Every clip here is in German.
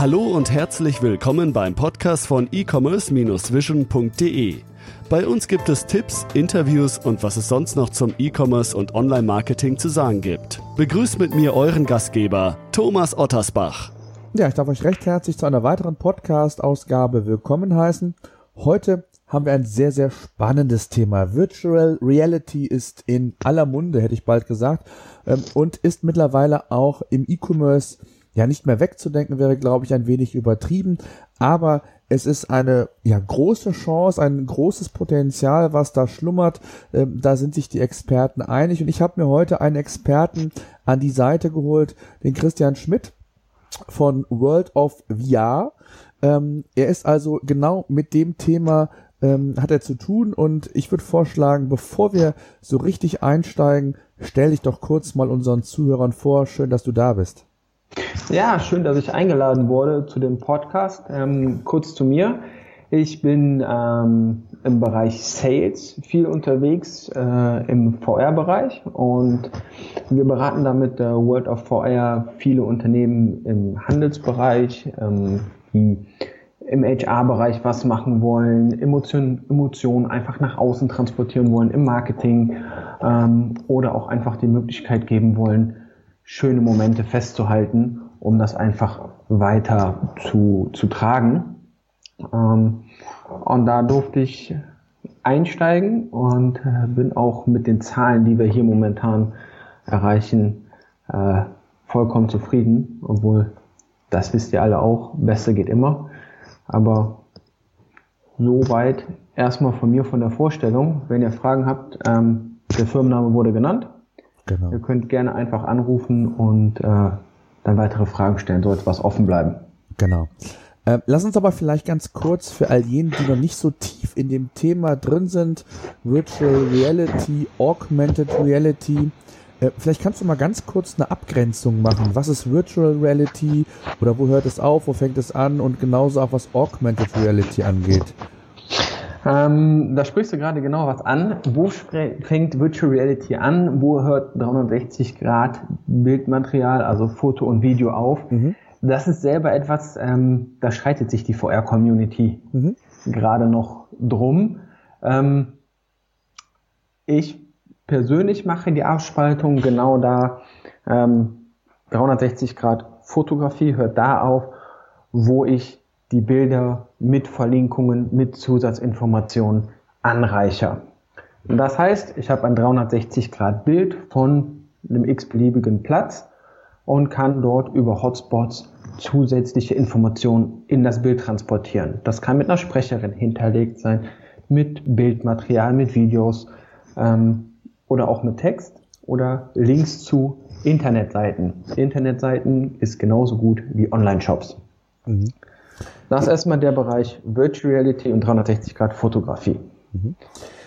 Hallo und herzlich willkommen beim Podcast von e-commerce-vision.de. Bei uns gibt es Tipps, Interviews und was es sonst noch zum E-Commerce und Online-Marketing zu sagen gibt. Begrüßt mit mir euren Gastgeber, Thomas Ottersbach. Ja, ich darf euch recht herzlich zu einer weiteren Podcast-Ausgabe willkommen heißen. Heute haben wir ein sehr, sehr spannendes Thema. Virtual Reality ist in aller Munde, hätte ich bald gesagt, und ist mittlerweile auch im E-Commerce ja nicht mehr wegzudenken, wäre, glaube ich, ein wenig übertrieben, aber es ist eine große Chance, ein großes Potenzial, was da schlummert. Da sind sich die Experten einig und ich habe mir heute einen Experten an die Seite geholt, den Christian Schmidt von World of VR. Er ist also genau mit dem Thema hat er zu tun und ich würde vorschlagen, bevor wir so richtig einsteigen, stell dich doch kurz mal unseren Zuhörern vor. Schön, dass du da bist. Ja, schön, dass ich eingeladen wurde zu dem Podcast. Kurz zu mir. Ich bin im Bereich Sales viel unterwegs im VR-Bereich und wir beraten damit World of VR viele Unternehmen im Handelsbereich, die im HR-Bereich was machen wollen, Emotionen einfach nach außen transportieren wollen, im Marketing oder auch einfach die Möglichkeit geben wollen, schöne Momente festzuhalten, um das einfach weiter zu tragen. Und da durfte ich einsteigen und bin auch mit den Zahlen, die wir hier momentan erreichen, vollkommen zufrieden. Obwohl, das wisst ihr alle auch, Beste geht immer. Aber soweit erstmal von mir von der Vorstellung. Wenn ihr Fragen habt, der Firmenname wurde genannt. Genau. Ihr könnt gerne einfach anrufen und dann weitere Fragen stellen, sollte was offen bleiben. Genau. Lass uns aber vielleicht ganz kurz für all jene, die noch nicht so tief in dem Thema drin sind, Virtual Reality, Augmented Reality, vielleicht kannst du mal ganz kurz eine Abgrenzung machen. Was ist Virtual Reality oder wo hört es auf, wo fängt es an und genauso auch was Augmented Reality angeht? Da sprichst du gerade genau was an. Wo fängt Virtual Reality an? Wo hört 360 Grad Bildmaterial, also Foto und Video auf? Mhm. Das ist selber etwas, da streitet sich die VR-Community gerade noch drum. Ich persönlich mache die Abspaltung genau da. 360 Grad Fotografie hört da auf, wo ich die Bilder mit Verlinkungen, mit Zusatzinformationen anreicher. Und das heißt, ich habe ein 360 Grad Bild von einem x-beliebigen Platz und kann dort über Hotspots zusätzliche Informationen in das Bild transportieren. Das kann mit einer Sprecherin hinterlegt sein, mit Bildmaterial, mit Videos oder auch mit Text oder Links zu Internetseiten. Internetseiten ist genauso gut wie Online-Shops. Mhm. Das ist erstmal der Bereich Virtual Reality und 360 Grad Fotografie. Mhm.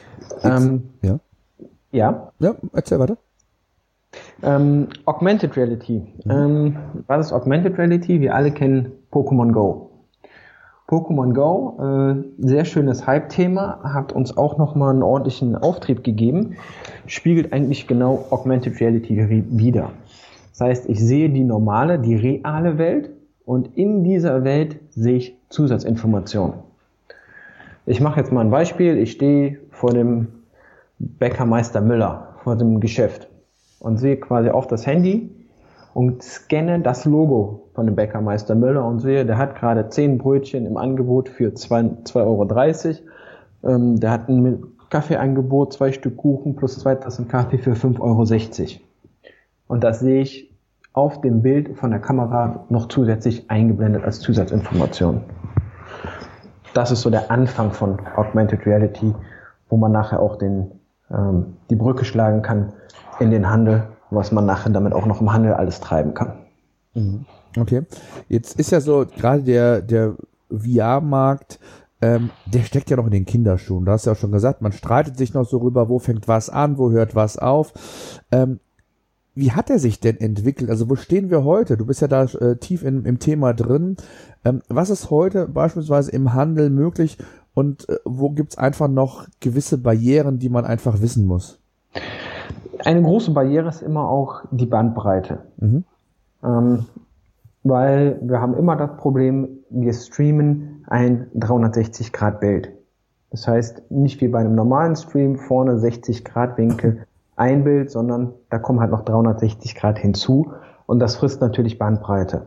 Ja, erzähl weiter. Augmented Reality. Was ist Augmented Reality? Wir alle kennen Pokémon Go. Pokémon Go, sehr schönes Hype-Thema, hat uns auch nochmal einen ordentlichen Auftrieb gegeben, spiegelt eigentlich genau Augmented Reality wider. Das heißt, ich sehe die reale Welt und in dieser Welt sehe ich Zusatzinformationen. Ich mache jetzt mal ein Beispiel. Ich stehe vor dem Bäckermeister Müller, vor dem Geschäft und sehe quasi auf das Handy und scanne das Logo von dem Bäckermeister Müller und sehe, der hat gerade 10 Brötchen im Angebot für 2,30 €. Der hat ein Kaffeeangebot, 2 Stück Kuchen plus 2 Tassen Kaffee für 5,60 €. Und das sehe ich auf dem Bild von der Kamera noch zusätzlich eingeblendet als Zusatzinformation. Das ist so der Anfang von Augmented Reality, wo man nachher auch die Brücke schlagen kann in den Handel, was man nachher damit auch noch im Handel alles treiben kann. Okay, jetzt ist ja so gerade der VR-Markt, der steckt ja noch in den Kinderschuhen. Du hast ja auch schon gesagt, man streitet sich noch so rüber, wo fängt was an, wo hört was auf. Wie hat er sich denn entwickelt? Also wo stehen wir heute? Du bist ja da tief im Thema drin. Was ist heute beispielsweise im Handel möglich und wo gibt es einfach noch gewisse Barrieren, die man einfach wissen muss? Eine große Barriere ist immer auch die Bandbreite. weil wir haben immer das Problem, wir streamen ein 360-Grad-Bild. Das heißt, nicht wie bei einem normalen Stream vorne 60-Grad-Winkel ein Bild, sondern da kommen halt noch 360 Grad hinzu und das frisst natürlich Bandbreite.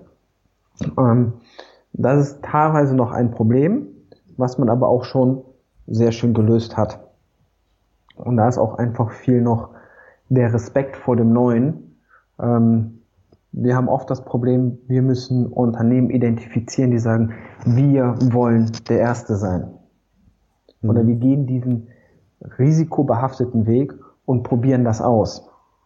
Das ist teilweise noch ein Problem, was man aber auch schon sehr schön gelöst hat. Und da ist auch einfach viel noch der Respekt vor dem Neuen. Wir haben oft das Problem, wir müssen Unternehmen identifizieren, die sagen, wir wollen der Erste sein. Oder wir gehen diesen risikobehafteten Weg und probieren das aus.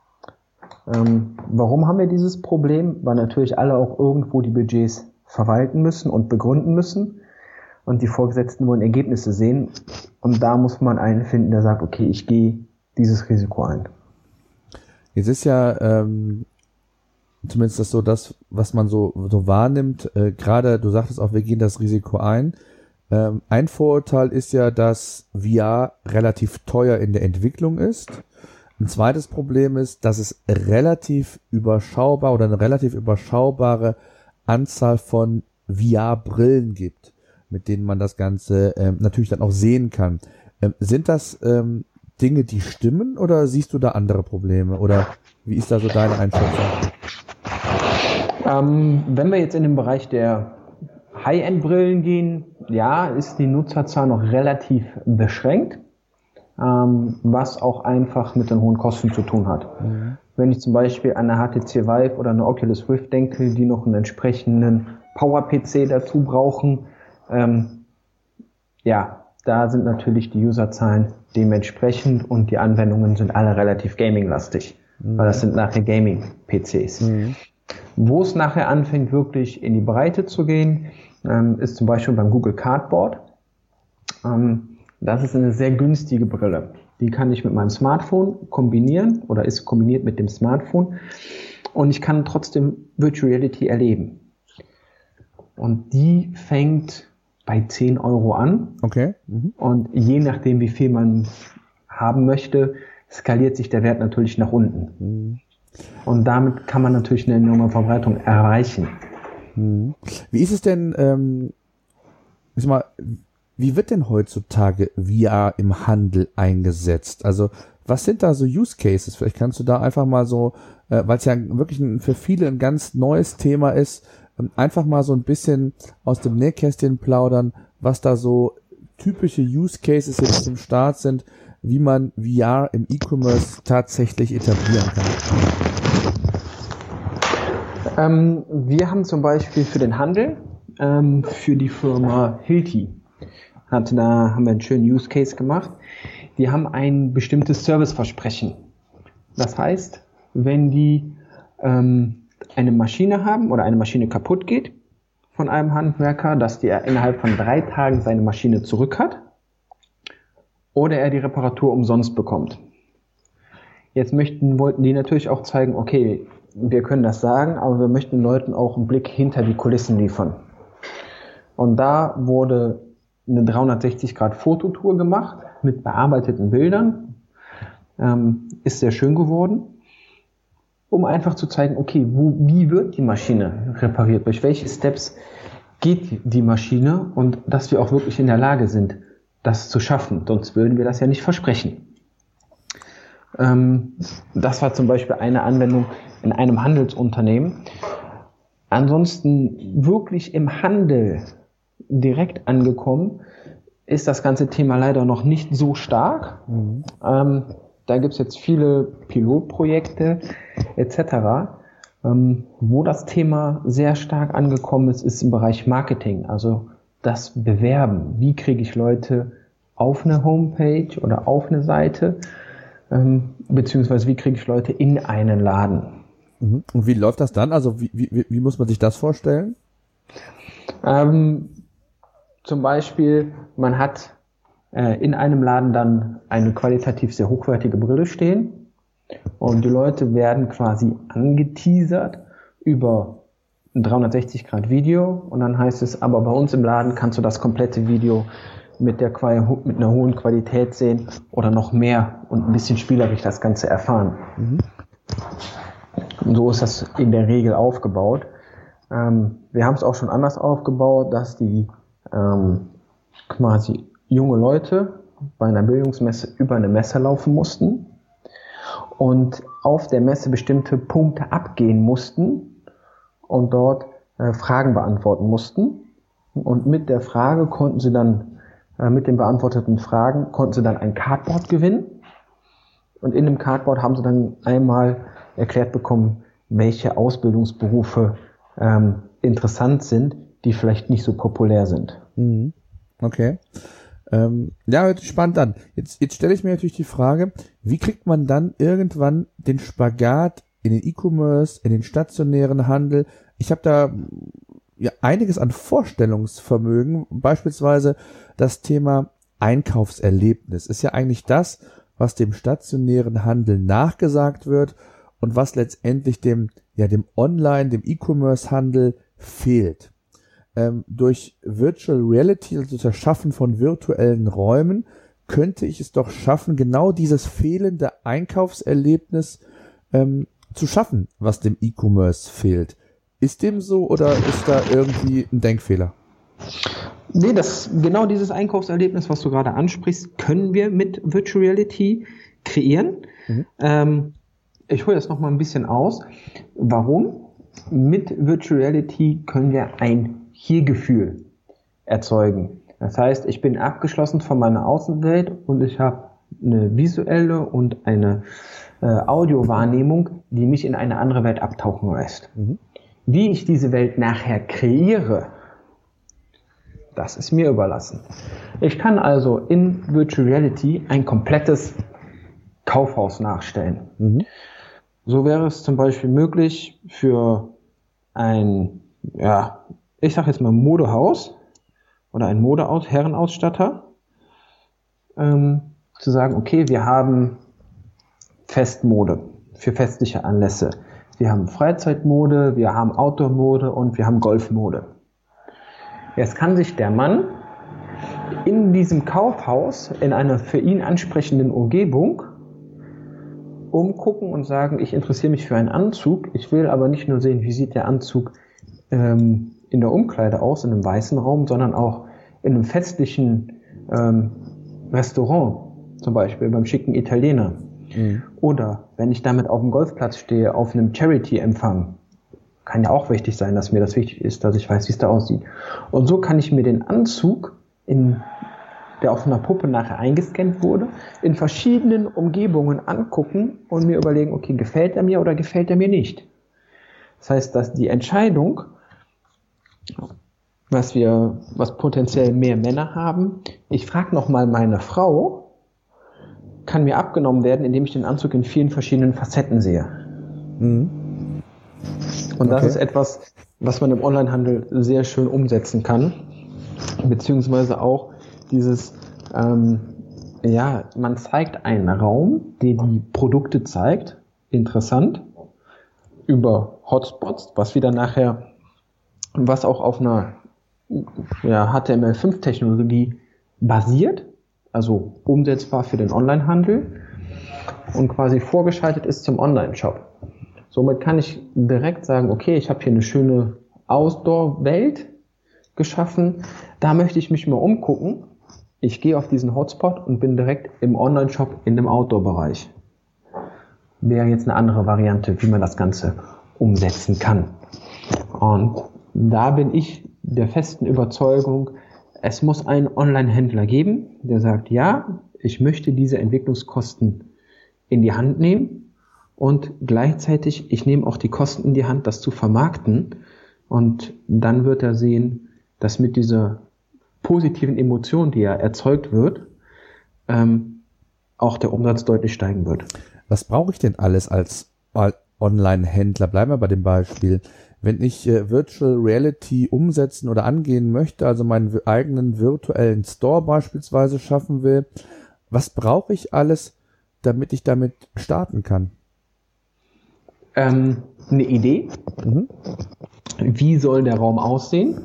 Warum haben wir dieses Problem? Weil natürlich alle auch irgendwo die Budgets verwalten müssen und begründen müssen. Und die Vorgesetzten wollen Ergebnisse sehen. Und da muss man einen finden, der sagt, okay, ich gehe dieses Risiko ein. Jetzt ist ja zumindest das so das, was man so wahrnimmt. Gerade, du sagtest auch, wir gehen das Risiko ein. Ein Vorurteil ist ja, dass VR relativ teuer in der Entwicklung ist. Ein zweites Problem ist, dass es relativ überschaubar oder eine relativ überschaubare Anzahl von VR-Brillen gibt, mit denen man das Ganze natürlich dann auch sehen kann. Sind das Dinge, die stimmen, oder siehst du da andere Probleme? Oder wie ist da so deine Einschätzung? Wenn wir jetzt in den Bereich der High-End-Brillen gehen, ja, ist die Nutzerzahl noch relativ beschränkt, was auch einfach mit den hohen Kosten zu tun hat. Wenn ich zum Beispiel an eine HTC Vive oder eine Oculus Rift denke, die noch einen entsprechenden Power-PC dazu brauchen, da sind natürlich die Userzahlen dementsprechend und die Anwendungen sind alle relativ gaming-lastig, weil das sind nachher Gaming-PCs. Wo es nachher anfängt, wirklich in die Breite zu gehen, ist zum Beispiel beim Google Cardboard. Das ist eine sehr günstige Brille. Die kann ich mit meinem Smartphone kombinieren oder ist kombiniert mit dem Smartphone und ich kann trotzdem Virtual Reality erleben. Und die fängt bei 10 Euro an. Okay. Und je nachdem, wie viel man haben möchte, skaliert sich der Wert natürlich nach unten. Und damit kann man natürlich eine enorme Verbreitung erreichen. Wie ist es denn, wie wird denn heutzutage VR im Handel eingesetzt? Also was sind da so Use Cases? Vielleicht kannst du da einfach mal so, weil es ja wirklich für viele ein ganz neues Thema ist, einfach mal so ein bisschen aus dem Nähkästchen plaudern, was da so typische Use Cases jetzt zum Start sind, wie man VR im E-Commerce tatsächlich etablieren kann. Wir haben zum Beispiel für den Handel, für die Firma Hilti, da haben wir einen schönen Use Case gemacht. Die haben ein bestimmtes Serviceversprechen. Das heißt, wenn die eine Maschine haben oder eine Maschine kaputt geht von einem Handwerker, dass der innerhalb von 3 Tagen seine Maschine zurück hat oder er die Reparatur umsonst bekommt. Jetzt wollten die natürlich auch zeigen, okay, wir können das sagen, aber wir möchten den Leuten auch einen Blick hinter die Kulissen liefern. Und da wurde eine 360-Grad-Fototour gemacht mit bearbeiteten Bildern. Ist sehr schön geworden, um einfach zu zeigen, okay, wie wird die Maschine repariert, durch welche Steps geht die Maschine und dass wir auch wirklich in der Lage sind, das zu schaffen, sonst würden wir das ja nicht versprechen. Das war zum Beispiel eine Anwendung in einem Handelsunternehmen. Ansonsten wirklich im Handel direkt angekommen ist das ganze Thema leider noch nicht so stark. Da gibt es jetzt viele Pilotprojekte etc. Wo das Thema sehr stark angekommen ist, ist im Bereich Marketing, also das Bewerben. Wie kriege ich Leute auf eine Homepage oder auf eine Seite, beziehungsweise wie kriege ich Leute in einen Laden. Und wie läuft das dann? Also wie muss man sich das vorstellen? Zum Beispiel, man hat in einem Laden dann eine qualitativ sehr hochwertige Brille stehen und die Leute werden quasi angeteasert über ein 360-Grad-Video und dann heißt es, aber bei uns im Laden kannst du das komplette Video mit einer hohen Qualität sehen oder noch mehr und ein bisschen spielerisch das Ganze erfahren. Und so ist das in der Regel aufgebaut. Wir haben es auch schon anders aufgebaut, dass die quasi junge Leute bei einer Bildungsmesse über eine Messe laufen mussten und auf der Messe bestimmte Punkte abgehen mussten und dort Fragen beantworten mussten. Und mit der Frage konnten sie dann, mit den beantworteten Fragen, konnten sie dann ein Cardboard gewinnen. Und in dem Cardboard haben sie dann einmal erklärt bekommen, welche Ausbildungsberufe interessant sind, die vielleicht nicht so populär sind. Okay. Ja, hört sich spannend an. Jetzt stelle ich mir natürlich die Frage, wie kriegt man dann irgendwann den Spagat in den E-Commerce, in den stationären Handel? Ich habe da ja einiges an Vorstellungsvermögen, beispielsweise das Thema Einkaufserlebnis ist ja eigentlich das, was dem stationären Handel nachgesagt wird und was letztendlich dem Online, dem E-Commerce-Handel fehlt. Durch Virtual Reality, also das Schaffen von virtuellen Räumen, könnte ich es doch schaffen, genau dieses fehlende Einkaufserlebnis zu schaffen, was dem E-Commerce fehlt. Ist dem so oder ist da irgendwie ein Denkfehler? Nee, genau dieses Einkaufserlebnis, was du gerade ansprichst, können wir mit Virtual Reality kreieren. Ich hole das noch mal ein bisschen aus. Warum? Mit Virtual Reality können wir ein Hier-Gefühl erzeugen. Das heißt, ich bin abgeschlossen von meiner Außenwelt und ich habe eine visuelle und eine Audiowahrnehmung, die mich in eine andere Welt abtauchen lässt. Wie ich diese Welt nachher kreiere, das ist mir überlassen. Ich kann also in Virtual Reality ein komplettes Kaufhaus nachstellen. So wäre es zum Beispiel möglich für ein, ich sag jetzt mal Modehaus oder ein Herrenausstatter, zu sagen, okay, wir haben Festmode für festliche Anlässe. Wir haben Freizeitmode, wir haben Outdoor-Mode und wir haben Golfmode. Jetzt kann sich der Mann in diesem Kaufhaus in einer für ihn ansprechenden Umgebung umgucken und sagen, ich interessiere mich für einen Anzug, ich will aber nicht nur sehen, wie sieht der Anzug in der Umkleide aus, in einem weißen Raum, sondern auch in einem festlichen Restaurant, zum Beispiel beim schicken Italiener. Oder wenn ich damit auf dem Golfplatz stehe, auf einem Charity-Empfang, kann ja auch wichtig sein, dass mir das wichtig ist, dass ich weiß, wie es da aussieht. Und so kann ich mir den Anzug, der auf einer Puppe nachher eingescannt wurde, in verschiedenen Umgebungen angucken und mir überlegen, okay, gefällt er mir oder gefällt er mir nicht. Das heißt, dass die Entscheidung, was potenziell mehr Männer haben, ich frage nochmal meine Frau, kann mir abgenommen werden, indem ich den Anzug in vielen verschiedenen Facetten sehe. Und das ist etwas, was man im Onlinehandel sehr schön umsetzen kann, beziehungsweise auch dieses, man zeigt einen Raum, der die Produkte zeigt, interessant, über Hotspots, was auch auf einer HTML5-Technologie basiert, also umsetzbar für den Onlinehandel und quasi vorgeschaltet ist zum Online-Shop. Somit kann ich direkt sagen, okay, ich habe hier eine schöne Outdoor-Welt geschaffen, da möchte ich mich mal umgucken. Ich gehe auf diesen Hotspot und bin direkt im Online-Shop in dem Outdoor-Bereich. Wäre jetzt eine andere Variante, wie man das Ganze umsetzen kann. Und da bin ich der festen Überzeugung, es muss einen Online-Händler geben, der sagt, ja, ich möchte diese Entwicklungskosten in die Hand nehmen und gleichzeitig, ich nehme auch die Kosten in die Hand, das zu vermarkten, und dann wird er sehen, dass mit dieser positiven Emotion, die ja erzeugt wird, auch der Umsatz deutlich steigen wird. Was brauche ich denn alles als Online-Händler? Bleiben wir bei dem Beispiel. Wenn ich Virtual Reality umsetzen oder angehen möchte, also meinen eigenen virtuellen Store beispielsweise schaffen will, was brauche ich alles, damit ich damit starten kann? Eine Idee. Wie soll der Raum aussehen?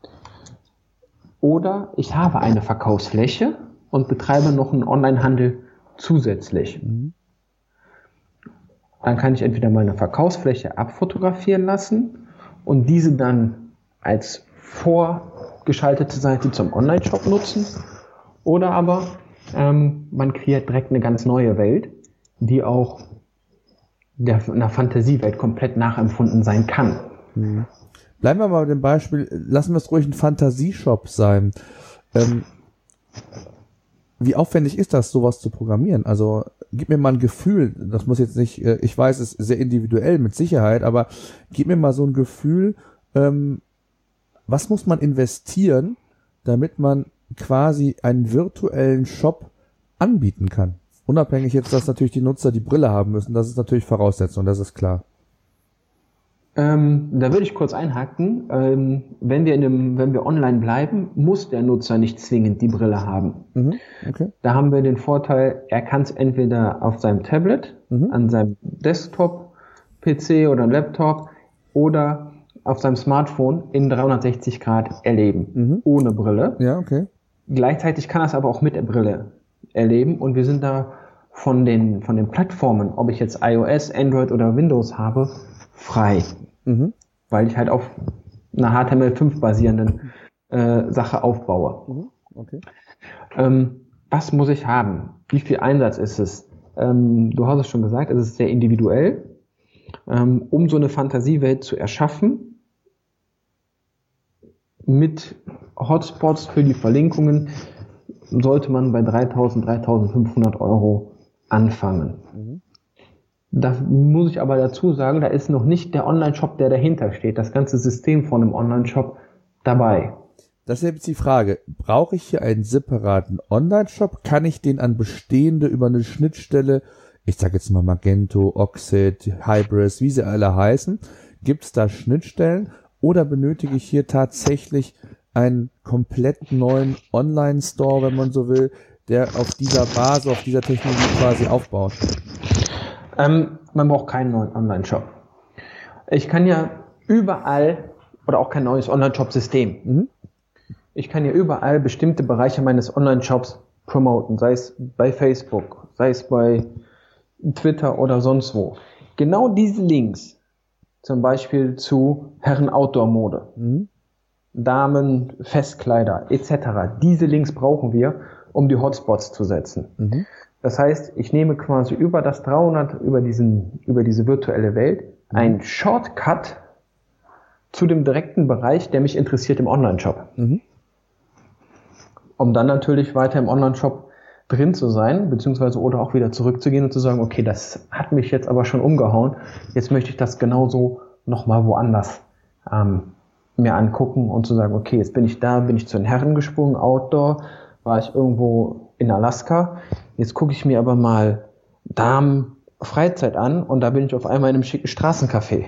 Oder ich habe eine Verkaufsfläche und betreibe noch einen Onlinehandel zusätzlich. Dann kann ich entweder meine Verkaufsfläche abfotografieren lassen und diese dann als vorgeschaltete Seite zum Online-Shop nutzen. Oder aber man kreiert direkt eine ganz neue Welt, die auch einer Fantasiewelt komplett nachempfunden sein kann. Bleiben wir mal bei dem Beispiel, lassen wir es ruhig ein Fantasieshop sein. Wie aufwendig ist das, sowas zu programmieren? Also gib mir mal ein Gefühl, das muss jetzt nicht, ich weiß, es ist sehr individuell mit Sicherheit, aber gib mir mal so ein Gefühl, was muss man investieren, damit man quasi einen virtuellen Shop anbieten kann? Unabhängig jetzt, dass natürlich die Nutzer die Brille haben müssen, das ist natürlich Voraussetzung, das ist klar. Da würde ich kurz einhaken. Wenn wir online bleiben, muss der Nutzer nicht zwingend die Brille haben. Okay. Da haben wir den Vorteil, er kann es entweder auf seinem Tablet, an seinem Desktop-PC oder Laptop oder auf seinem Smartphone in 360 Grad erleben, ohne Brille. Ja, okay. Gleichzeitig kann er es aber auch mit der Brille erleben und wir sind da von den Plattformen, ob ich jetzt iOS, Android oder Windows habe, frei. Weil ich halt auf einer HTML5 basierenden Sache aufbaue. Okay. Was muss ich haben? Wie viel Einsatz ist es? Du hast es schon gesagt, es ist sehr individuell. Um so eine Fantasiewelt zu erschaffen, mit Hotspots für die Verlinkungen, sollte man bei 3.000, 3.500 Euro anfangen. Da muss ich aber dazu sagen, da ist noch nicht der Online-Shop, der dahinter steht, das ganze System von einem Online-Shop dabei. Das ist jetzt die Frage, brauche ich hier einen separaten Online-Shop? Kann ich den an bestehende über eine Schnittstelle, ich sage jetzt mal Magento, Oxid, Hybris, wie sie alle heißen, gibt es da Schnittstellen oder benötige ich hier tatsächlich einen komplett neuen Online-Store, wenn man so will, der auf dieser Basis, auf dieser Technologie quasi aufbaut? Man braucht keinen neuen Online-Shop. Ich kann ja überall, oder auch kein neues Online-Shop-System. Ich kann ja überall bestimmte Bereiche meines Online-Shops promoten, sei es bei Facebook, sei es bei Twitter oder sonst wo. Genau diese Links, zum Beispiel zu Herren-Outdoor-Mode, Damen, Festkleider etc., diese Links brauchen wir, um die Hotspots zu setzen. Das heißt, ich nehme quasi über diese virtuelle Welt einen Shortcut zu dem direkten Bereich, der mich interessiert im Online-Shop. Um dann natürlich weiter im Online-Shop drin zu sein, beziehungsweise oder auch wieder zurückzugehen und zu sagen, okay, das hat mich jetzt aber schon umgehauen, jetzt möchte ich das genauso nochmal woanders mir angucken und zu sagen, okay, jetzt bin ich zu den Herren gesprungen, Outdoor, war ich irgendwo in Alaska, jetzt gucke ich mir aber mal Damen Freizeit an und da bin ich auf einmal in einem schicken Straßencafé.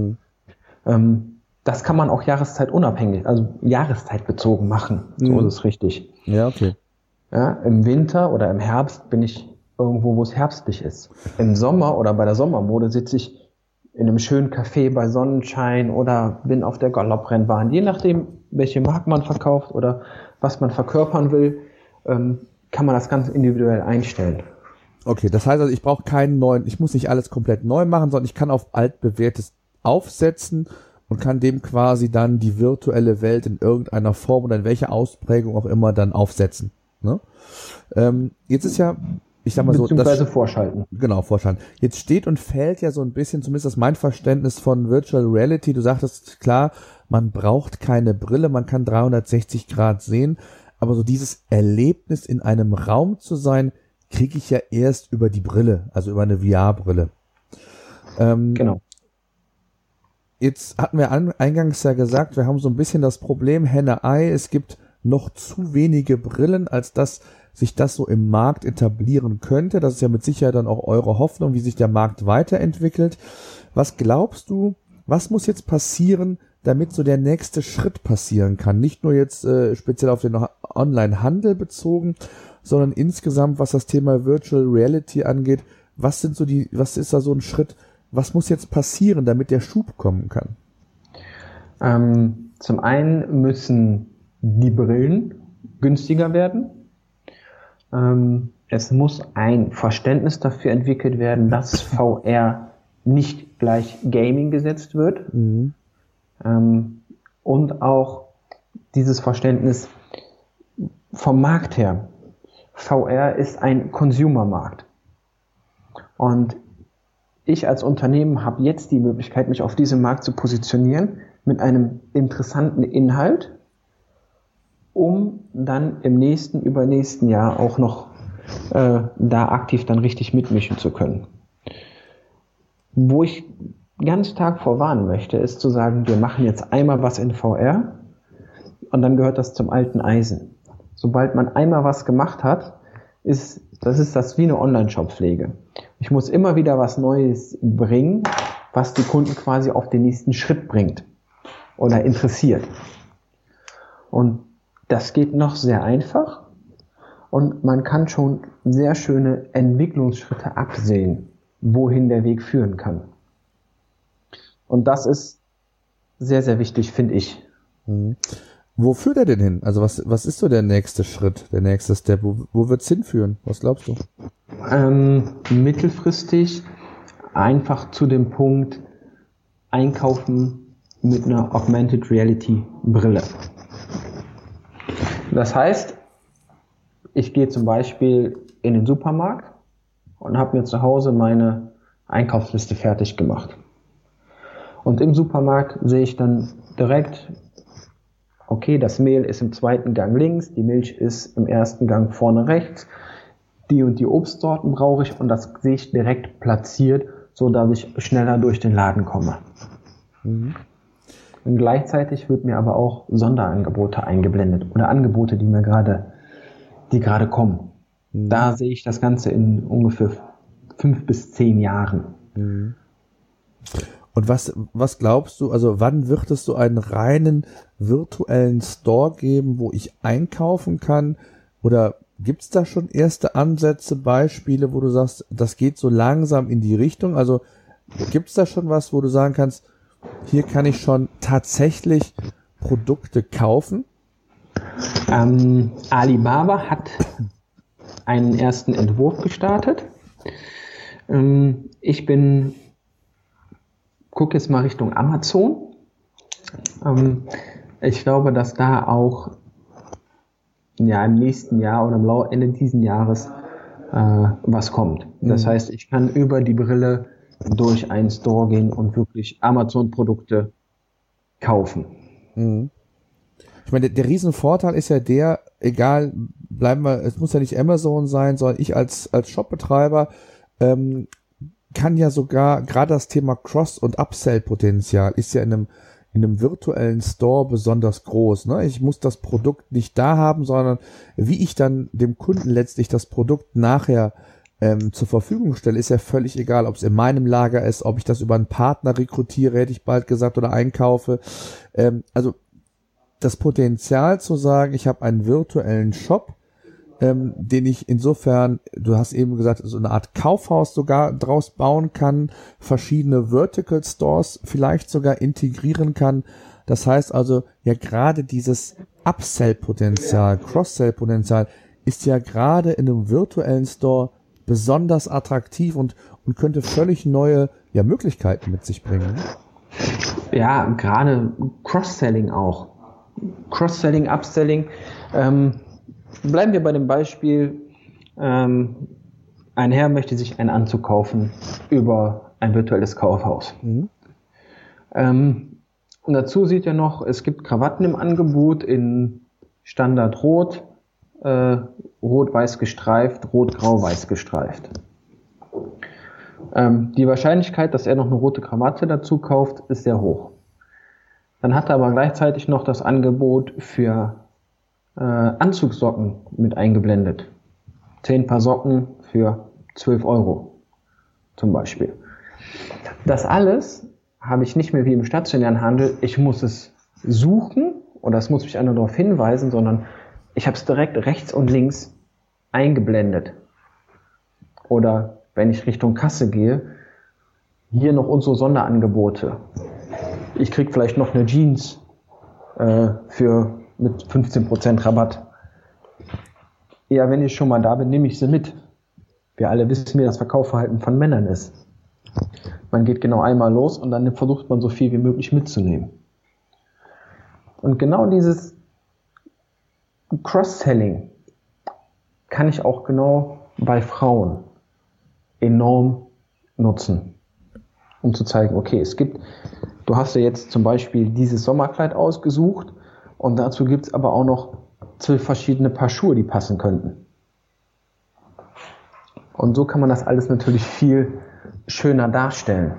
Das kann man auch jahreszeitunabhängig, also jahreszeitbezogen machen, so ist es richtig. Ja, okay. Ja, im Winter oder im Herbst bin ich irgendwo, wo es herbstlich ist. Im Sommer oder bei der Sommermode sitze ich in einem schönen Café bei Sonnenschein oder bin auf der Galopprennbahn. Je nachdem, welche Marke man verkauft oder was man verkörpern will, kann man das ganz individuell einstellen. Okay, das heißt also, ich brauche keinen neuen, ich muss nicht alles komplett neu machen, sondern ich kann auf altbewährtes aufsetzen und kann dem quasi dann die virtuelle Welt in irgendeiner Form oder in welcher Ausprägung auch immer dann aufsetzen. Ne? Jetzt ist ja, ich sag mal so, beziehungsweise vorschalten. Genau, vorschalten. Jetzt steht und fällt ja so ein bisschen, zumindest das mein Verständnis von Virtual Reality. Du sagtest, klar, man braucht keine Brille, man kann 360 Grad sehen, aber so dieses Erlebnis in einem Raum zu sein, kriege ich ja erst über die Brille, also über eine VR-Brille. Genau. Jetzt hatten wir eingangs ja gesagt, wir haben so ein bisschen das Problem Henne-Ei, es gibt noch zu wenige Brillen, als dass sich das so im Markt etablieren könnte. Das ist ja mit Sicherheit dann auch eure Hoffnung, wie sich der Markt weiterentwickelt. Was glaubst du, was muss jetzt passieren, damit so der nächste Schritt passieren kann? Nicht nur jetzt speziell auf den Online-Handel bezogen, sondern insgesamt, was das Thema Virtual Reality angeht. Was ist da so ein Schritt? Was muss jetzt passieren, damit der Schub kommen kann? Zum einen müssen die Brillen günstiger werden. Es muss ein Verständnis dafür entwickelt werden, dass VR nicht gleich Gaming gesetzt wird. Und auch dieses Verständnis vom Markt her. VR ist ein Consumer-Markt. Und ich als Unternehmen habe jetzt die Möglichkeit, mich auf diesem Markt zu positionieren mit einem interessanten Inhalt, um dann im übernächsten Jahr auch noch da aktiv dann richtig mitmischen zu können. Wo ich ganz stark vorwarnen möchte, ist zu sagen, wir machen jetzt einmal was in VR und dann gehört das zum alten Eisen. Sobald man einmal was gemacht hat, ist das wie eine Online-Shop-Pflege. Ich muss immer wieder was Neues bringen, was die Kunden quasi auf den nächsten Schritt bringt oder interessiert. Und das geht noch sehr einfach und man kann schon sehr schöne Entwicklungsschritte absehen, wohin der Weg führen kann. Und das ist sehr, sehr wichtig, finde ich. Mhm. Wo führt er denn hin? Also was ist so der nächste Schritt, der nächste Step? Wo wird's hinführen? Was glaubst du? Mittelfristig einfach zu dem Punkt einkaufen mit einer Augmented Reality Brille. Das heißt, ich gehe zum Beispiel in den Supermarkt und habe mir zu Hause meine Einkaufsliste fertig gemacht. Und im Supermarkt sehe ich dann direkt, okay, das Mehl ist im zweiten Gang links, die Milch ist im ersten Gang vorne rechts, die und die Obstsorten brauche ich und das sehe ich direkt platziert, so dass ich schneller durch den Laden komme. Mhm. Und gleichzeitig wird mir aber auch Sonderangebote eingeblendet oder Angebote, die gerade kommen. Mhm. Da sehe ich das Ganze in ungefähr 5 bis 10 Jahren. Mhm. Und was glaubst du, also wann wird es so einen reinen virtuellen Store geben, wo ich einkaufen kann? Oder gibt's da schon erste Ansätze, Beispiele, wo du sagst, das geht so langsam in die Richtung? Also gibt's da schon was, wo du sagen kannst, hier kann ich schon tatsächlich Produkte kaufen? Alibaba hat einen ersten Entwurf gestartet. Ich gucke jetzt mal Richtung Amazon. Ich glaube, dass da auch im nächsten Jahr oder am Ende dieses Jahres was kommt. Das heißt, ich kann über die Brille durch einen Store gehen und wirklich Amazon-Produkte kaufen. Mhm. Ich meine, der Riesenvorteil ist ja egal, es muss ja nicht Amazon sein, sondern ich als Shopbetreiber kann ja sogar, gerade das Thema Cross- und Upsell-Potenzial ist ja in einem virtuellen Store besonders groß. Ne? Ich muss das Produkt nicht da haben, sondern wie ich dann dem Kunden letztlich das Produkt nachher zur Verfügung stelle, ist ja völlig egal, ob es in meinem Lager ist, ob ich das über einen Partner rekrutiere, hätte ich bald gesagt, oder einkaufe. Also das Potenzial zu sagen, ich habe einen virtuellen Shop, den ich insofern, du hast eben gesagt, so eine Art Kaufhaus sogar draus bauen kann, verschiedene Vertical Stores vielleicht sogar integrieren kann. Das heißt also, ja gerade dieses Upsell-Potenzial, Cross-Sell-Potenzial ist ja gerade in einem virtuellen Store besonders attraktiv und könnte völlig neue Möglichkeiten mit sich bringen. Ja, gerade Cross-Selling auch. Cross-Selling, Upselling. Bleiben wir bei dem Beispiel, ein Herr möchte sich einen Anzug kaufen über ein virtuelles Kaufhaus. Mhm. Und dazu sieht er noch, es gibt Krawatten im Angebot in Standard Rot, Rot-Weiß gestreift, Rot-Grau-Weiß gestreift. Die Wahrscheinlichkeit, dass er noch eine rote Krawatte dazu kauft, ist sehr hoch. Dann hat er aber gleichzeitig noch das Angebot für Anzugssocken mit eingeblendet. 10 Paar Socken für 12 € zum Beispiel. Das alles habe ich nicht mehr wie im stationären Handel. Ich muss es suchen oder es muss mich einer darauf hinweisen, sondern ich habe es direkt rechts und links eingeblendet. Oder wenn ich Richtung Kasse gehe, hier noch unsere Sonderangebote. Ich kriege vielleicht noch eine Jeans mit 15% Rabatt. Ja, wenn ich schon mal da bin, nehme ich sie mit. Wir alle wissen, wie das Verkaufsverhalten von Männern ist. Man geht genau einmal los und dann versucht man so viel wie möglich mitzunehmen. Und genau dieses Cross-Selling kann ich auch genau bei Frauen enorm nutzen, um zu zeigen, okay, du hast ja jetzt zum Beispiel dieses Sommerkleid ausgesucht und dazu gibt es aber auch noch 12 verschiedene Paar Schuhe, die passen könnten. Und so kann man das alles natürlich viel schöner darstellen.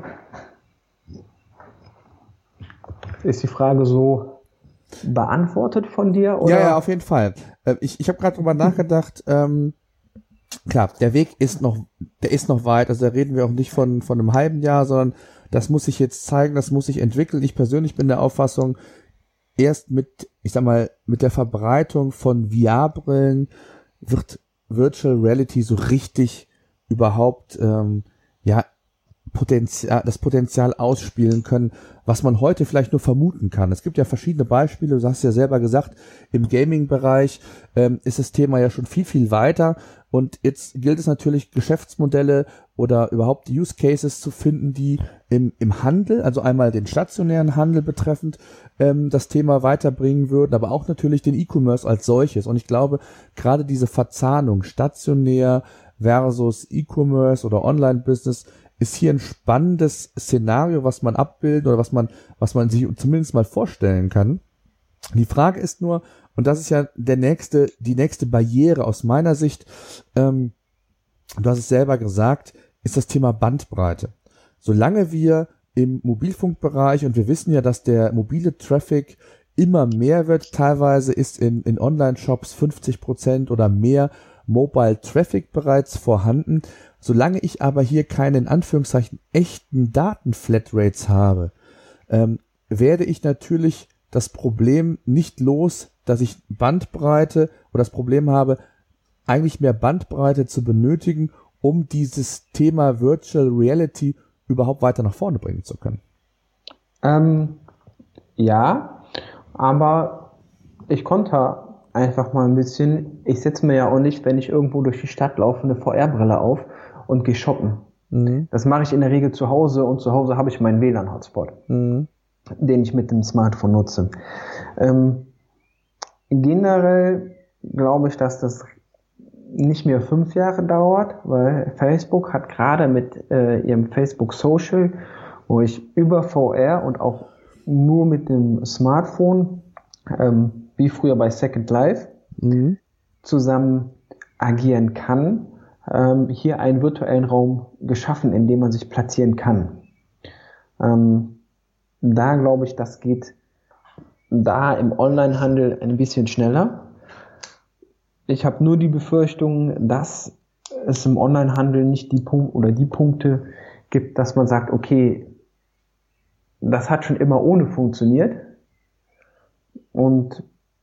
Ist die Frage so beantwortet von dir? Oder? Ja, auf jeden Fall. Ich habe gerade drüber nachgedacht, klar, der Weg ist noch weit, also da reden wir auch nicht von einem halben Jahr, sondern das muss sich jetzt zeigen, das muss sich entwickeln. Ich persönlich bin der Auffassung, erst mit der Verbreitung von VR-Brillen wird Virtual Reality so richtig überhaupt das Potenzial ausspielen können, was man heute vielleicht nur vermuten kann. Es gibt ja verschiedene Beispiele, du hast ja selber gesagt, im Gaming-Bereich ist das Thema ja schon viel, viel weiter und jetzt gilt es natürlich, Geschäftsmodelle oder überhaupt Use Cases zu finden, die im Handel, also einmal den stationären Handel betreffend, das Thema weiterbringen würden, aber auch natürlich den E-Commerce als solches. Und ich glaube, gerade diese Verzahnung stationär versus E-Commerce oder Online-Business ist hier ein spannendes Szenario, was man abbilden oder was man sich zumindest mal vorstellen kann. Die Frage ist nur, und das ist ja die nächste Barriere aus meiner Sicht, du hast es selber gesagt, ist das Thema Bandbreite. Solange wir im Mobilfunkbereich, und wir wissen ja, dass der mobile Traffic immer mehr wird, teilweise ist in Online-Shops 50% oder mehr Mobile Traffic bereits vorhanden. Solange ich aber hier keine, in Anführungszeichen, echten Datenflatrates habe, werde ich natürlich das Problem nicht los, dass ich Bandbreite oder das Problem habe, eigentlich mehr Bandbreite zu benötigen, um dieses Thema Virtual Reality überhaupt weiter nach vorne bringen zu können. Ja, aber ich konnte einfach mal ein bisschen, ich setze mir ja auch nicht, wenn ich irgendwo durch die Stadt laufe, eine VR-Brille auf und gehe shoppen. Mhm. Das mache ich in der Regel zu Hause und zu Hause habe ich meinen WLAN-Hotspot, den ich mit dem Smartphone nutze. Generell glaube ich, dass das nicht mehr 5 Jahre dauert, weil Facebook hat gerade mit ihrem Facebook Social, wo ich über VR und auch nur mit dem Smartphone, wie früher bei Second Life, zusammen agieren kann, hier einen virtuellen Raum geschaffen, in dem man sich platzieren kann. Da glaube ich, das geht da im Onlinehandel ein bisschen schneller. Ich habe nur die Befürchtung, dass es im Onlinehandel nicht die Punkte gibt, dass man sagt, okay, das hat schon immer ohne funktioniert und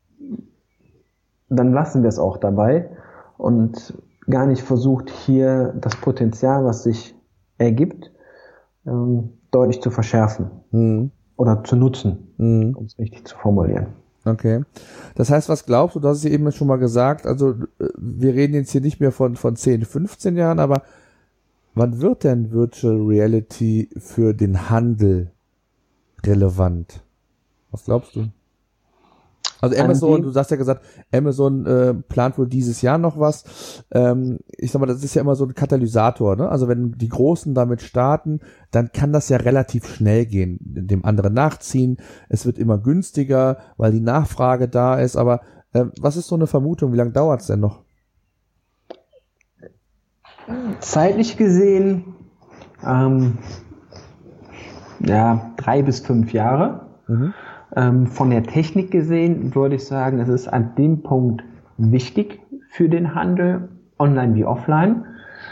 dann lassen wir es auch dabei und gar nicht versucht, hier das Potenzial, was sich ergibt, deutlich zu verschärfen oder zu nutzen, um es richtig zu formulieren. Okay. Das heißt, was glaubst du, du hast es ja eben schon mal gesagt, also wir reden jetzt hier nicht mehr von 10, 15 Jahren, aber wann wird denn Virtual Reality für den Handel relevant? Was glaubst du? Also Amazon, du hast ja gesagt, Amazon plant wohl dieses Jahr noch was. Ich sag mal, das ist ja immer so ein Katalysator, ne? Also wenn die Großen damit starten, dann kann das ja relativ schnell gehen, dem anderen nachziehen. Es wird immer günstiger, weil die Nachfrage da ist. Aber was ist so eine Vermutung? Wie lange dauert es denn noch? Zeitlich gesehen 3 bis 5 Jahre. Von der Technik gesehen würde ich sagen, es ist an dem Punkt wichtig für den Handel, online wie offline,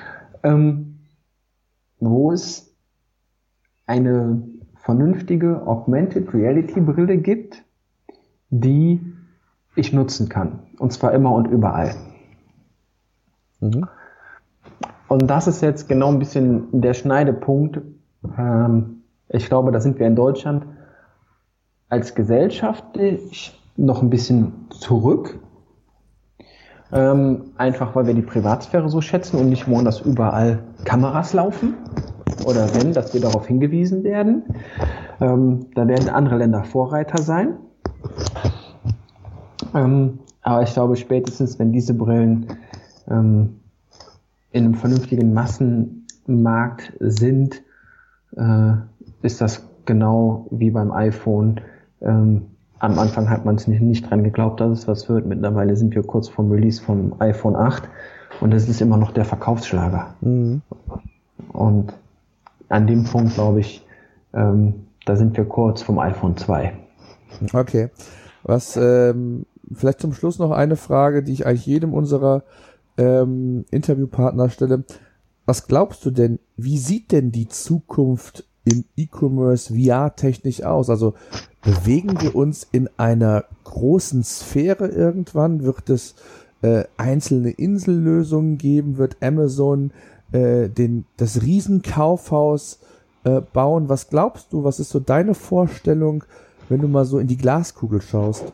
wo es eine vernünftige Augmented Reality Brille gibt, die ich nutzen kann. Und zwar immer und überall. Und das ist jetzt genau ein bisschen der Schneidepunkt. Ich glaube, da sind wir in Deutschland als Gesellschaft noch ein bisschen zurück. Einfach weil wir die Privatsphäre so schätzen und nicht wollen, dass überall Kameras laufen. Oder dass wir darauf hingewiesen werden. Da werden andere Länder Vorreiter sein. Aber ich glaube, spätestens, wenn diese Brillen in einem vernünftigen Massenmarkt sind, ist das genau wie beim iPhone. Am Anfang hat man es nicht dran geglaubt, dass es was wird. Mittlerweile sind wir kurz vorm Release vom iPhone 8 und es ist immer noch der Verkaufsschlager. Mhm. Und an dem Punkt, glaube ich, da sind wir kurz vom iPhone 2. Okay. Was vielleicht zum Schluss noch eine Frage, die ich eigentlich jedem unserer Interviewpartner stelle. Was glaubst du denn, wie sieht denn die Zukunft im E-Commerce VR-technisch aus? Also bewegen wir uns in einer großen Sphäre irgendwann? Wird es einzelne Insellösungen geben? Wird Amazon das Riesenkaufhaus bauen? Was glaubst du? Was ist so deine Vorstellung, wenn du mal so in die Glaskugel schaust?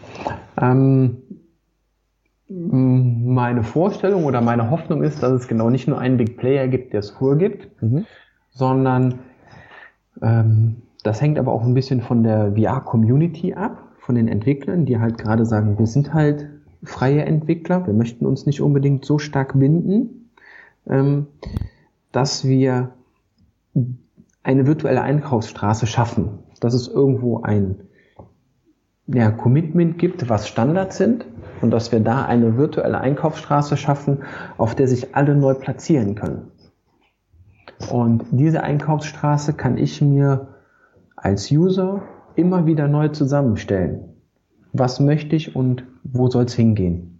Meine Vorstellung oder meine Hoffnung ist, dass es genau nicht nur einen Big Player gibt, der es vorgibt, sondern das hängt aber auch ein bisschen von der VR-Community ab, von den Entwicklern, die halt gerade sagen, wir sind halt freie Entwickler, wir möchten uns nicht unbedingt so stark binden, dass wir eine virtuelle Einkaufsstraße schaffen, dass es irgendwo ein Commitment gibt, was Standards sind und dass wir da eine virtuelle Einkaufsstraße schaffen, auf der sich alle neu platzieren können. Und diese Einkaufsstraße kann ich mir als User immer wieder neu zusammenstellen. Was möchte ich und wo soll es hingehen?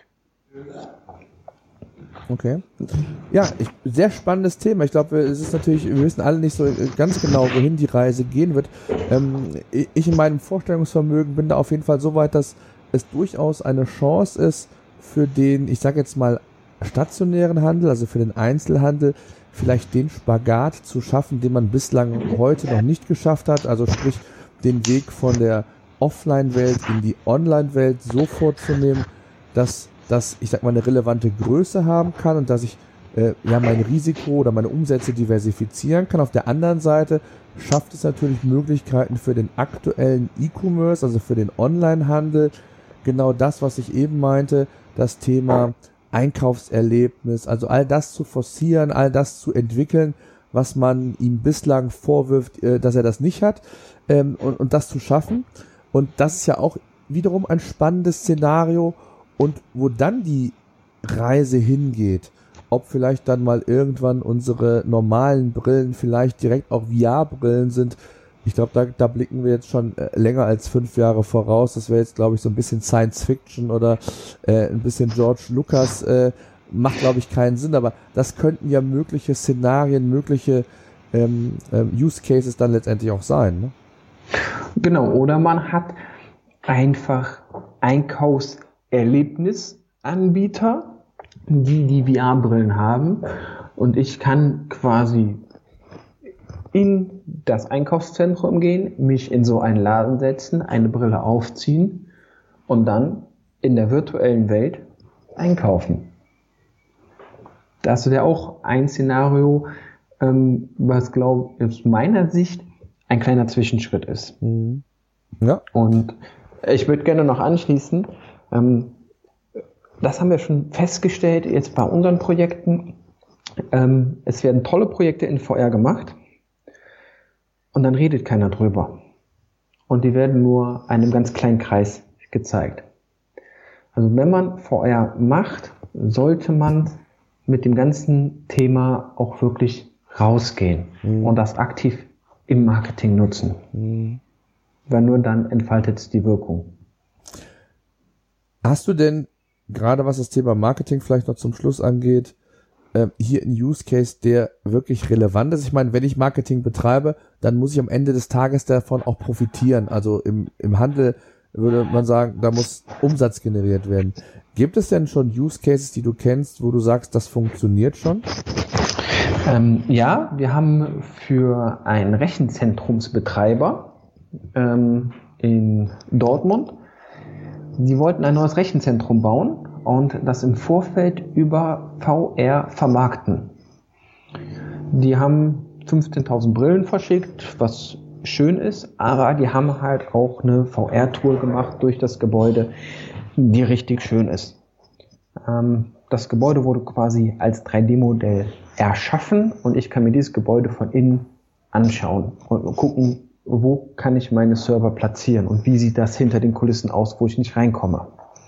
Okay. Ja, sehr spannendes Thema. Ich glaube, es ist natürlich, wir wissen alle nicht so ganz genau, wohin die Reise gehen wird. Ich in meinem Vorstellungsvermögen bin da auf jeden Fall so weit, dass es durchaus eine Chance ist für den, ich sage jetzt mal, stationären Handel, also für den Einzelhandel, vielleicht den Spagat zu schaffen, den man bislang heute noch nicht geschafft hat. Also sprich, den Weg von der Offline-Welt in die Online-Welt so vorzunehmen, dass das, ich sag mal, eine relevante Größe haben kann und dass ich mein Risiko oder meine Umsätze diversifizieren kann. Auf der anderen Seite schafft es natürlich Möglichkeiten für den aktuellen E-Commerce, also für den Online-Handel, genau das, was ich eben meinte, das Thema Einkaufserlebnis, also all das zu forcieren, all das zu entwickeln, was man ihm bislang vorwirft, dass er das nicht hat, und das zu schaffen. Und das ist ja auch wiederum ein spannendes Szenario, und wo dann die Reise hingeht, ob vielleicht dann mal irgendwann unsere normalen Brillen vielleicht direkt auch VR-Brillen sind. Ich glaube, da blicken wir jetzt schon länger als 5 Jahre voraus. Das wäre jetzt, glaube ich, so ein bisschen Science Fiction oder ein bisschen George Lucas. Macht, glaube ich, keinen Sinn. Aber das könnten ja mögliche Szenarien, mögliche Use Cases dann letztendlich auch sein. Ne? Genau, oder man hat einfach Einkaufserlebnisanbieter, die VR-Brillen haben, und ich kann quasi in das Einkaufszentrum gehen, mich in so einen Laden setzen, eine Brille aufziehen und dann in der virtuellen Welt einkaufen. Das wäre auch ein Szenario, was, glaube ich, aus meiner Sicht ein kleiner Zwischenschritt ist. Ja. Und ich würde gerne noch anschließen, das haben wir schon festgestellt jetzt bei unseren Projekten. Es werden tolle Projekte in VR gemacht und dann redet keiner drüber. Und die werden nur einem ganz kleinen Kreis gezeigt. Also wenn man VR macht, sollte man mit dem ganzen Thema auch wirklich rausgehen und das aktiv im Marketing nutzen. Weil nur dann entfaltet es die Wirkung. Hast du denn, gerade was das Thema Marketing vielleicht noch zum Schluss angeht, hier einen Use Case, der wirklich relevant ist? Ich meine, wenn ich Marketing betreibe, dann muss ich am Ende des Tages davon auch profitieren. Also im Handel würde man sagen, da muss Umsatz generiert werden. Gibt es denn schon Use Cases, die du kennst, wo du sagst, das funktioniert schon? Ja, wir haben für einen Rechenzentrumsbetreiber in Dortmund, die wollten ein neues Rechenzentrum bauen und das im Vorfeld über VR vermarkten. Die haben 15.000 Brillen verschickt, was schön ist, aber die haben halt auch eine VR-Tour gemacht durch das Gebäude, die richtig schön ist. Das Gebäude wurde quasi als 3D-Modell erschaffen und ich kann mir dieses Gebäude von innen anschauen und gucken, wo kann ich meine Server platzieren und wie sieht das hinter den Kulissen aus, wo ich nicht reinkomme.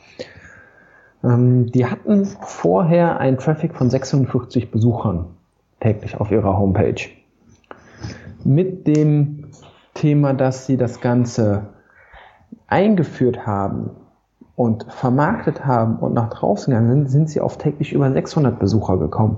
Die hatten vorher einen Traffic von 46 Besuchern täglich auf ihrer Homepage. Mit dem Thema, dass sie das Ganze eingeführt haben und vermarktet haben und nach draußen gegangen sind sie auf täglich über 600 Besucher gekommen.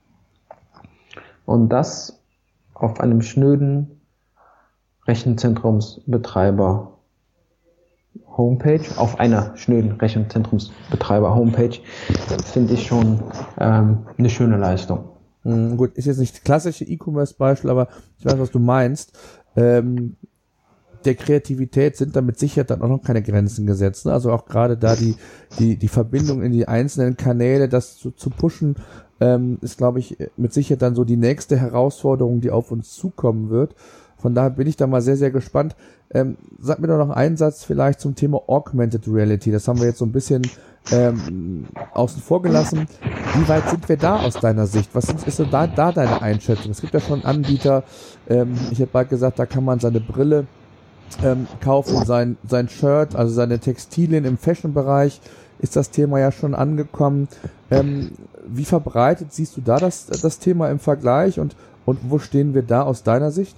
Und das auf einem schnöden Rechenzentrumsbetreiber Homepage, auf einer schnöden Rechenzentrumsbetreiber Homepage, finde ich schon eine schöne Leistung. Gut, ist jetzt nicht das klassische E-Commerce-Beispiel, aber ich weiß, was du meinst. Der Kreativität sind da mit Sicherheit dann auch noch keine Grenzen gesetzt. Ne? Also auch gerade da die Verbindung in die einzelnen Kanäle, das zu pushen, ist, glaube ich, mit Sicherheit dann so die nächste Herausforderung, die auf uns zukommen wird. Von daher bin ich da mal sehr, sehr gespannt. Sag mir doch noch einen Satz vielleicht zum Thema Augmented Reality. Das haben wir jetzt so ein bisschen außen vor gelassen. Wie weit sind wir da aus deiner Sicht? Was ist denn da deine Einschätzung? Es gibt ja schon Anbieter, ich hätte bald gesagt, da kann man seine Brille kaufen, sein Shirt, also seine Textilien im Fashion-Bereich ist das Thema ja schon angekommen. Wie verbreitet siehst du da das Thema im Vergleich und wo stehen wir da aus deiner Sicht?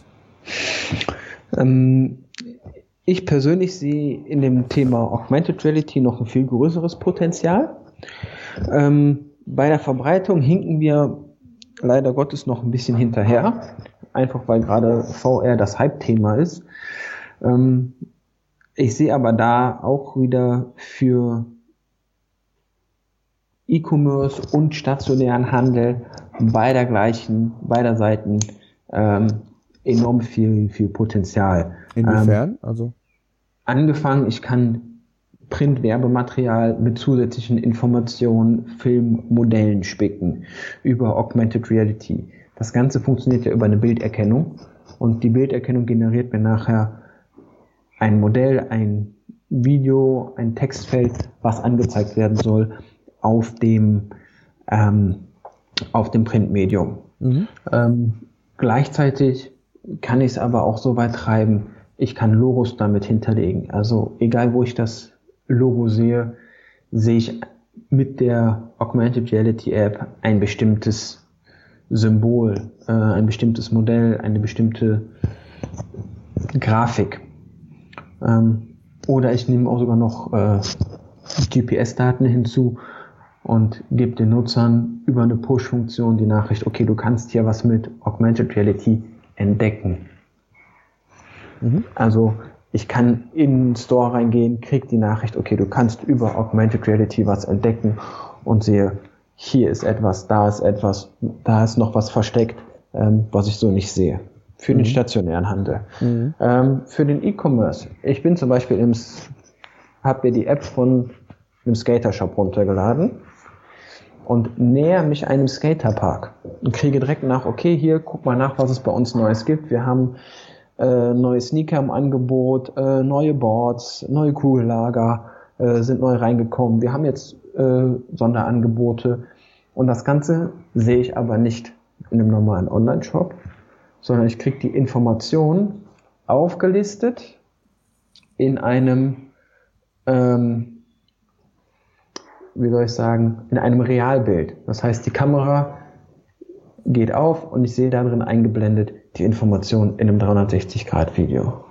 Ich persönlich sehe in dem Thema Augmented Reality noch ein viel größeres Potenzial. Bei der Verbreitung hinken wir leider Gottes noch ein bisschen hinterher, einfach weil gerade VR das Hype-Thema ist. Ich sehe aber da auch wieder für E-Commerce und stationären Handel beider Seiten enorm viel Potenzial. Inwiefern? Angefangen, ich kann Print-Werbematerial mit zusätzlichen Informationen, Filmmodellen spicken über Augmented Reality. Das Ganze funktioniert ja über eine Bilderkennung und die Bilderkennung generiert mir nachher ein Modell, ein Video, ein Textfeld, was angezeigt werden soll auf dem Printmedium. Gleichzeitig kann ich es aber auch so weit treiben, ich kann Logos damit hinterlegen. Also egal, wo ich das Logo sehe, sehe ich mit der Augmented Reality App ein bestimmtes Symbol, ein bestimmtes Modell, eine bestimmte Grafik. Oder ich nehme auch sogar noch GPS-Daten hinzu und gebe den Nutzern über eine Push-Funktion die Nachricht, okay, du kannst hier was mit Augmented Reality entdecken. Also ich kann in den Store reingehen, kriege die Nachricht, okay, du kannst über Augmented Reality was entdecken und sehe, hier ist etwas, da ist noch was versteckt, was ich so nicht sehe. Für den stationären Handel. Für den E-Commerce. Ich bin zum Beispiel habe mir die App von einem Skater-Shop runtergeladen und näher mich einem Skaterpark und kriege direkt nach, okay, hier, guck mal nach, was es bei uns Neues gibt. Wir haben neue Sneaker im Angebot, neue Boards, neue Kugellager sind neu reingekommen. Wir haben jetzt Sonderangebote und das Ganze sehe ich aber nicht in einem normalen Online-Shop, sondern ich kriege die Information aufgelistet in einem, in einem Realbild. Das heißt, die Kamera geht auf und ich sehe darin eingeblendet die Information in einem 360-Grad-Video.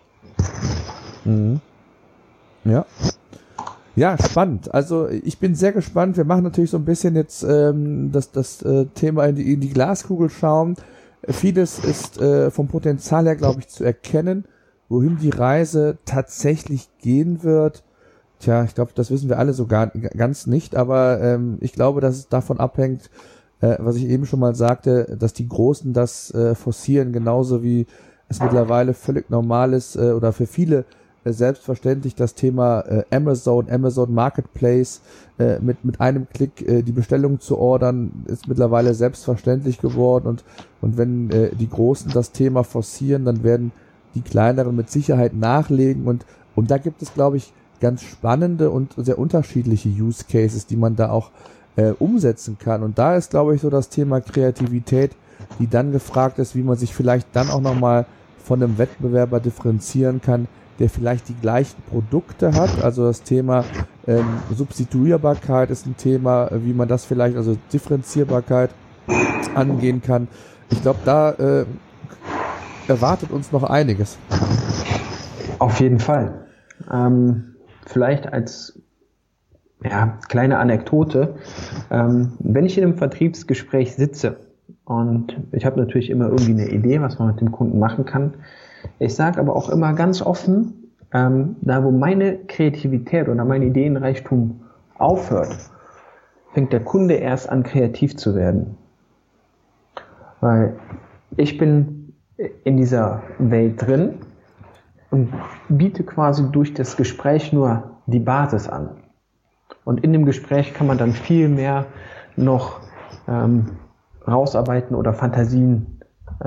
Ja. Ja, spannend. Also ich bin sehr gespannt. Wir machen natürlich so ein bisschen jetzt das Thema in die Glaskugel schauen. Vieles ist vom Potenzial her, glaube ich, zu erkennen, wohin die Reise tatsächlich gehen wird. Tja, ich glaube, das wissen wir alle so ganz nicht, aber ich glaube, dass es davon abhängt, was ich eben schon mal sagte, dass die Großen das forcieren, genauso wie es mittlerweile völlig normal ist oder für viele selbstverständlich das Thema Amazon Marketplace mit einem Klick die Bestellung zu ordern, ist mittlerweile selbstverständlich geworden und wenn die Großen das Thema forcieren, dann werden die kleineren mit Sicherheit nachlegen und da gibt es, glaube ich, ganz spannende und sehr unterschiedliche Use Cases, die man da auch umsetzen kann. Und da ist, glaube ich, so das Thema Kreativität, die dann gefragt ist, wie man sich vielleicht dann auch nochmal von einem Wettbewerber differenzieren kann, der vielleicht die gleichen Produkte hat. Also das Thema Substituierbarkeit ist ein Thema, wie man das vielleicht, also Differenzierbarkeit angehen kann. Ich glaube, da erwartet uns noch einiges. Auf jeden Fall. Vielleicht als kleine Anekdote. Wenn ich in einem Vertriebsgespräch sitze und ich habe natürlich immer irgendwie eine Idee, was man mit dem Kunden machen kann. Ich sage aber auch immer ganz offen, da wo meine Kreativität oder mein Ideenreichtum aufhört, fängt der Kunde erst an, kreativ zu werden. Weil ich bin in dieser Welt drin und biete quasi durch das Gespräch nur die Basis an. Und in dem Gespräch kann man dann viel mehr noch rausarbeiten oder Fantasien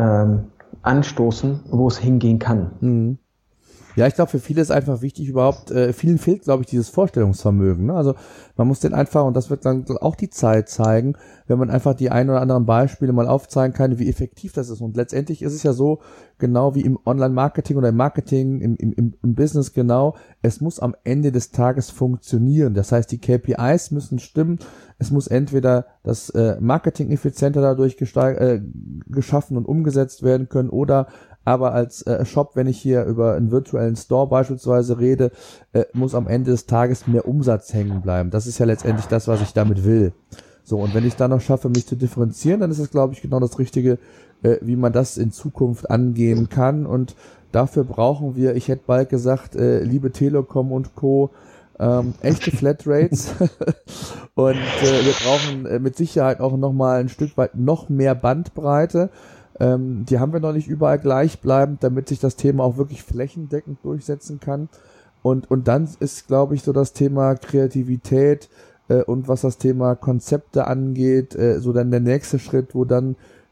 anstoßen, wo es hingehen kann. Mhm. Ja, ich glaube, für viele ist einfach wichtig überhaupt, vielen fehlt, glaube ich, dieses Vorstellungsvermögen. Ne? Also man muss den einfach, und das wird dann auch die Zeit zeigen, wenn man einfach die ein oder anderen Beispiele mal aufzeigen kann, wie effektiv das ist. Und letztendlich ist es ja so, genau wie im Online-Marketing oder im Marketing, im Business genau, es muss am Ende des Tages funktionieren. Das heißt, die KPIs müssen stimmen. Es muss entweder das Marketing effizienter dadurch geschaffen und umgesetzt werden können oder aber als Shop, wenn ich hier über einen virtuellen Store beispielsweise rede, muss am Ende des Tages mehr Umsatz hängen bleiben. Das ist ja letztendlich das, was ich damit will. So, und wenn ich dann noch schaffe, mich zu differenzieren, dann ist es, glaube ich, genau das Richtige, wie man das in Zukunft angehen kann. Und dafür brauchen wir, ich hätte bald gesagt, liebe Telekom und Co., echte Flatrates und wir brauchen mit Sicherheit auch nochmal ein Stück weit noch mehr Bandbreite. Die haben wir noch nicht überall gleichbleibend, damit sich das Thema auch wirklich flächendeckend durchsetzen kann. Und dann ist, glaube ich, so das Thema Kreativität und was das Thema Konzepte angeht, so dann der nächste Schritt, wo dann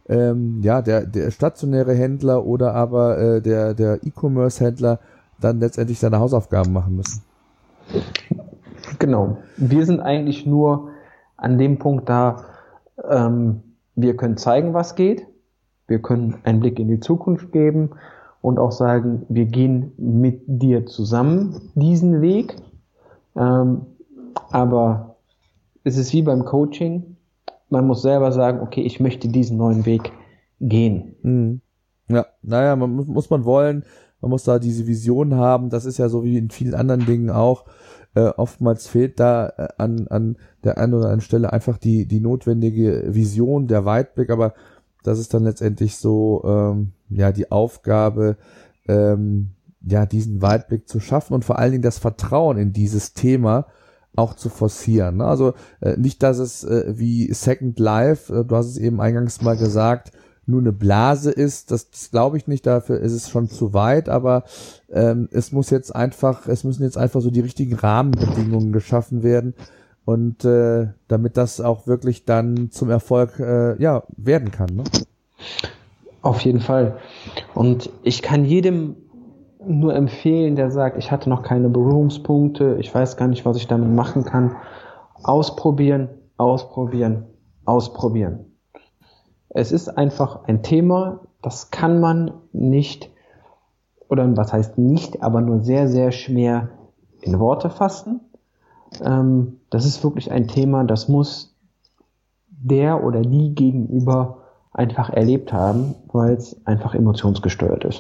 der stationäre Händler oder aber der E-Commerce-Händler dann letztendlich seine Hausaufgaben machen müssen. Genau. Wir sind eigentlich nur an dem Punkt da, wir können zeigen, was geht. Wir können einen Blick in die Zukunft geben und auch sagen, wir gehen mit dir zusammen diesen Weg. Aber es ist wie beim Coaching. Man muss selber sagen, okay, ich möchte diesen neuen Weg gehen. Mhm. Ja, naja, muss man wollen. Man muss da diese Vision haben. Das ist ja so wie in vielen anderen Dingen auch. Oftmals fehlt da an der einen oder anderen Stelle einfach die notwendige Vision, der Weitblick. Aber das ist dann letztendlich so, die Aufgabe, diesen Weitblick zu schaffen und vor allen Dingen das Vertrauen in dieses Thema auch zu forcieren. Ne? Also nicht, dass es wie Second Life, du hast es eben eingangs mal gesagt, nur eine Blase ist, das glaube ich nicht, dafür ist es schon zu weit, aber es müssen jetzt einfach so die richtigen Rahmenbedingungen geschaffen werden und damit das auch wirklich dann zum Erfolg werden kann. Ne? Auf jeden Fall. Und ich kann jedem nur empfehlen, der sagt, ich hatte noch keine Berührungspunkte, ich weiß gar nicht, was ich damit machen kann. Ausprobieren. Es ist einfach ein Thema, das kann man nicht, oder was heißt nicht, aber nur sehr, sehr schwer in Worte fassen. Das ist wirklich ein Thema, das muss der oder die Gegenüber einfach erlebt haben, weil es einfach emotionsgesteuert ist.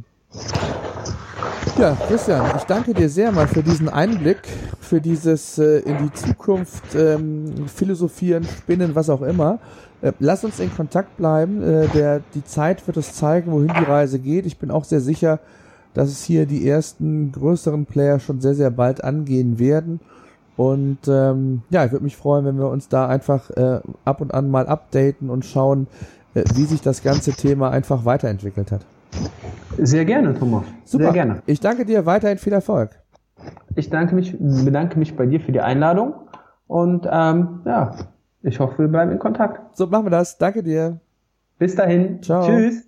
Ja, Christian, ich danke dir sehr mal für diesen Einblick, für dieses in die Zukunft philosophieren, spinnen, was auch immer. Lass uns in Kontakt bleiben. Die Zeit wird es zeigen, wohin die Reise geht. Ich bin auch sehr sicher, dass es hier die ersten größeren Player schon sehr, sehr bald angehen werden. Und ich würde mich freuen, wenn wir uns da einfach ab und an mal updaten und schauen, wie sich das ganze Thema einfach weiterentwickelt hat. Sehr gerne, Thomas. Super. Sehr gerne. Ich danke dir, weiterhin viel Erfolg. Ich bedanke mich bei dir für die Einladung und ich hoffe, wir bleiben in Kontakt. So machen wir das. Danke dir. Bis dahin. Ciao. Tschüss.